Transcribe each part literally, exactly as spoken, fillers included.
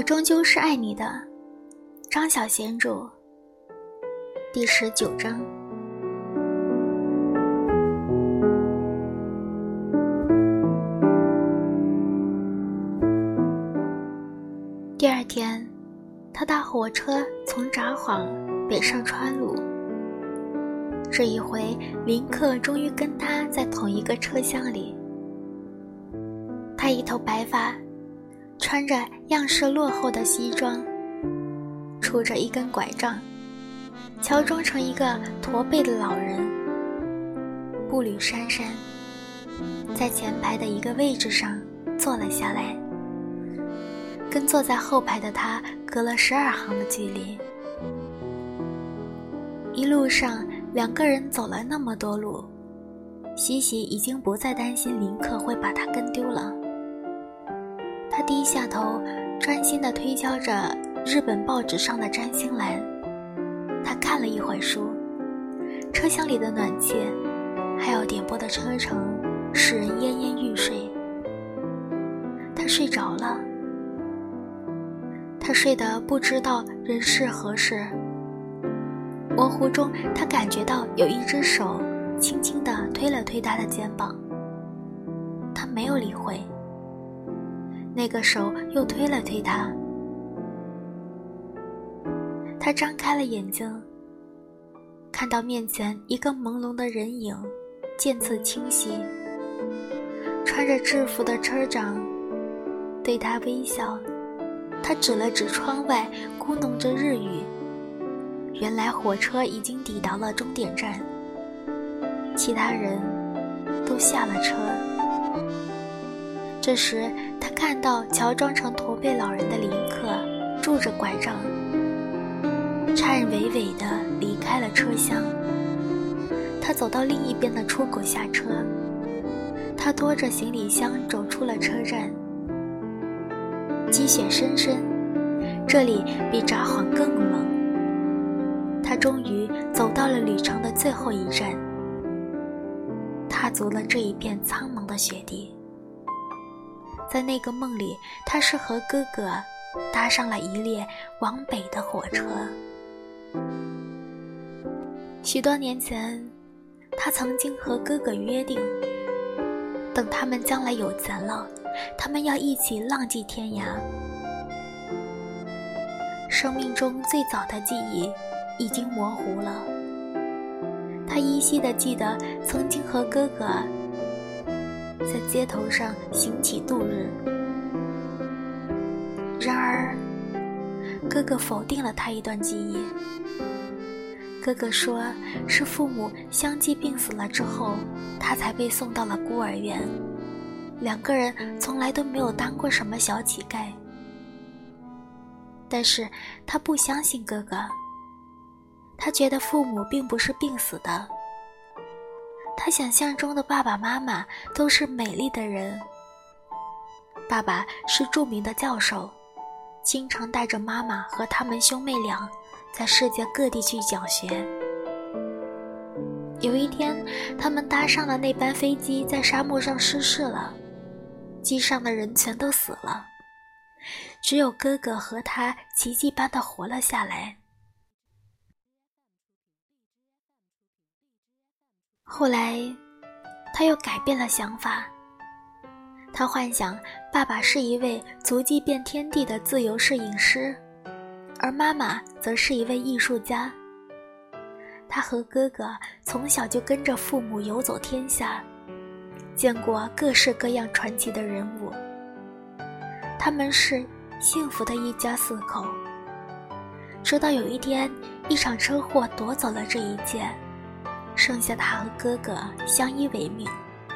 终究是爱你的，张小娴著，第十九章。第二天，他搭火车从札幌北上川路。这一回，林克终于跟他在同一个车厢里。他一头白发，穿着样式落后的西装，拄着一根拐杖，乔装成一个驼背的老人，步履姗姗，在前排的一个位置上坐了下来，跟坐在后排的他隔了十二行的距离。一路上两个人走了那么多路，西西已经不再担心林克会把他跟丢了。他低下头，专心地推敲着日本报纸上的占星栏。他看了一会书，车厢里的暖气还有点播的车程使人奄奄欲睡。他睡着了，他睡得不知道人是何事。模糊中，他感觉到有一只手轻轻地推了推他的肩膀，他没有理会。那个手又推了推他，他张开了眼睛，看到面前一个朦胧的人影，渐次清晰。穿着制服的车长对他微笑，他指了指窗外，咕哝着日语。原来火车已经抵达了终点站，其他人都下了车。这时他看到乔装成驼背老人的林克拄着拐杖，颤巍巍地离开了车厢。他走到另一边的出口下车，他拖着行李箱走出了车站。积雪深深，这里比札幌更冷。他终于走到了旅程的最后一站，踏足了这一片苍茫的雪地。在那个梦里，他是和哥哥搭上了一列往北的火车。许多年前，他曾经和哥哥约定，等他们将来有钱了，他们要一起浪迹天涯。生命中最早的记忆已经模糊了，他依稀地记得曾经和哥哥在街头上行乞度日。然而哥哥否定了他一段记忆。哥哥说是父母相继病死了之后，他才被送到了孤儿院，两个人从来都没有当过什么小乞丐。但是他不相信哥哥，他觉得父母并不是病死的。他想象中的爸爸妈妈都是美丽的人。爸爸是著名的教授，经常带着妈妈和他们兄妹俩在世界各地去讲学。有一天，他们搭上了那班飞机，在沙漠上失事了，机上的人全都死了，只有哥哥和他奇迹般地活了下来。后来他又改变了想法，他幻想爸爸是一位足迹遍天地的自由摄影师，而妈妈则是一位艺术家。他和哥哥从小就跟着父母游走天下，见过各式各样传奇的人物。他们是幸福的一家四口，直到有一天，一场车祸夺走了这一切，剩下他和哥哥相依为命。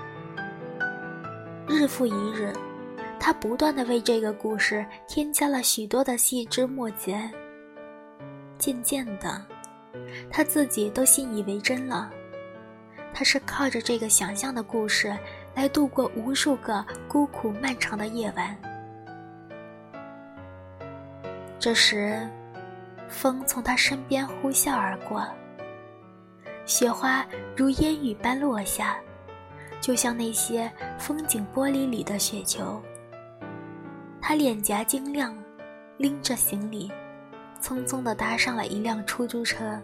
日复一日，他不断地为这个故事添加了许多的细枝末节。渐渐的，他自己都信以为真了。他是靠着这个想象的故事来度过无数个孤苦漫长的夜晚。这时，风从他身边呼啸而过，雪花如烟雨般落下，就像那些风景玻璃里的雪球。他脸颊晶亮， 拎着行李，匆匆地搭上了一辆出租车。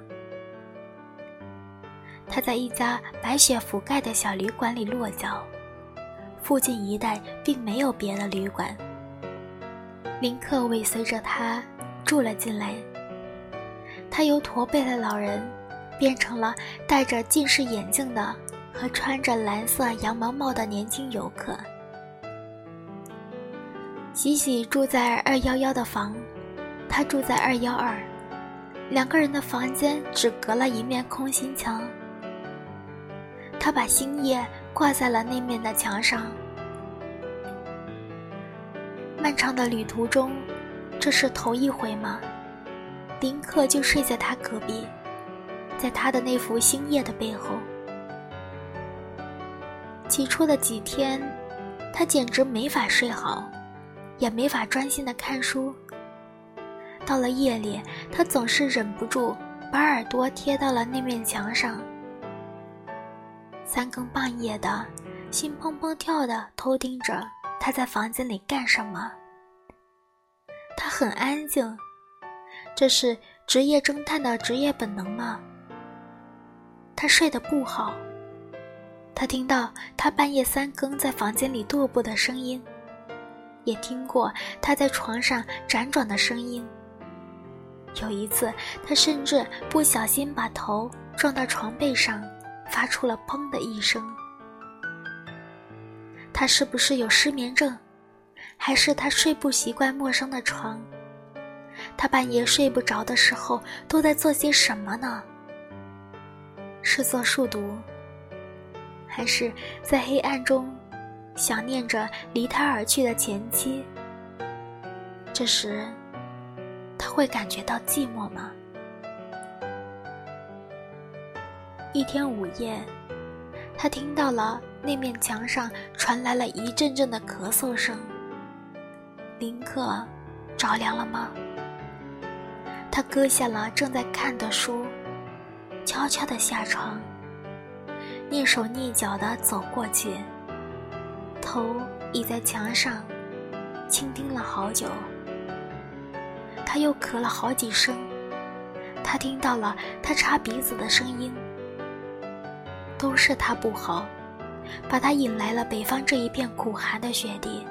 他在一家白雪覆盖的小旅馆里落脚，附近一带并没有别的旅馆。林克尾随着他住了进来，他由驼背的老人变成了戴着近视眼镜的和穿着蓝色羊毛帽的年轻游客。喜喜住在二一一的房，他住在二一二，两个人的房间只隔了一面空心墙。他把星夜挂在了那面的墙上。漫长的旅途中，这是头一回吗？林克就睡在他隔壁，在他的那幅星夜的背后。起初的几天，他简直没法睡好，也没法专心地看书。到了夜里，他总是忍不住把耳朵贴到了那面墙上，三更半夜的，心砰砰跳的偷听着他在房间里干什么。他很安静，这是职业侦探的职业本能吗？他睡得不好，他听到他半夜三更在房间里踱步的声音，也听过他在床上辗转的声音。有一次，他甚至不小心把头撞到床背上，发出了砰的一声。他是不是有失眠症？还是他睡不习惯陌生的床？他半夜睡不着的时候都在做些什么呢？是做数独，还是在黑暗中想念着离他而去的前妻？这时他会感觉到寂寞吗？一天午夜，他听到了那面墙上传来了一阵阵的咳嗽声。林克着凉了吗？他搁下了正在看的书，悄悄地下床，蹑手蹑脚地走过去，头倚在墙上，倾听了好久。他又咳了好几声，他听到了他擦鼻子的声音。都是他不好，把他引来了北方这一片苦寒的雪地。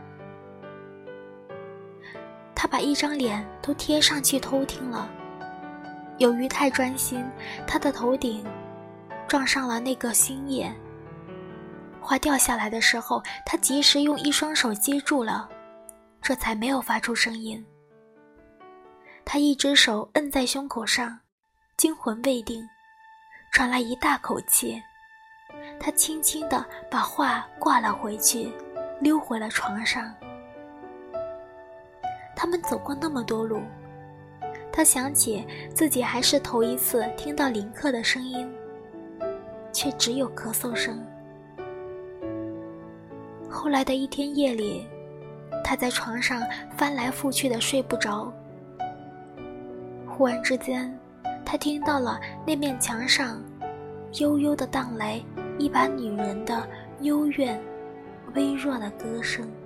他把一张脸都贴上去偷听了，由于太专心，他的头顶撞上了那个星夜。花掉下来的时候，他及时用一双手接住了，这才没有发出声音。他一只手摁在胸口上，惊魂未定，传来一大口气。他轻轻地把画挂了回去，溜回了床上。他们走过那么多路，他想起自己还是头一次听到林克的声音，却只有咳嗽声。后来的一天夜里，他在床上翻来覆去的睡不着。忽然之间，他听到了那面墙上悠悠地荡来一把女人的幽怨微弱的歌声。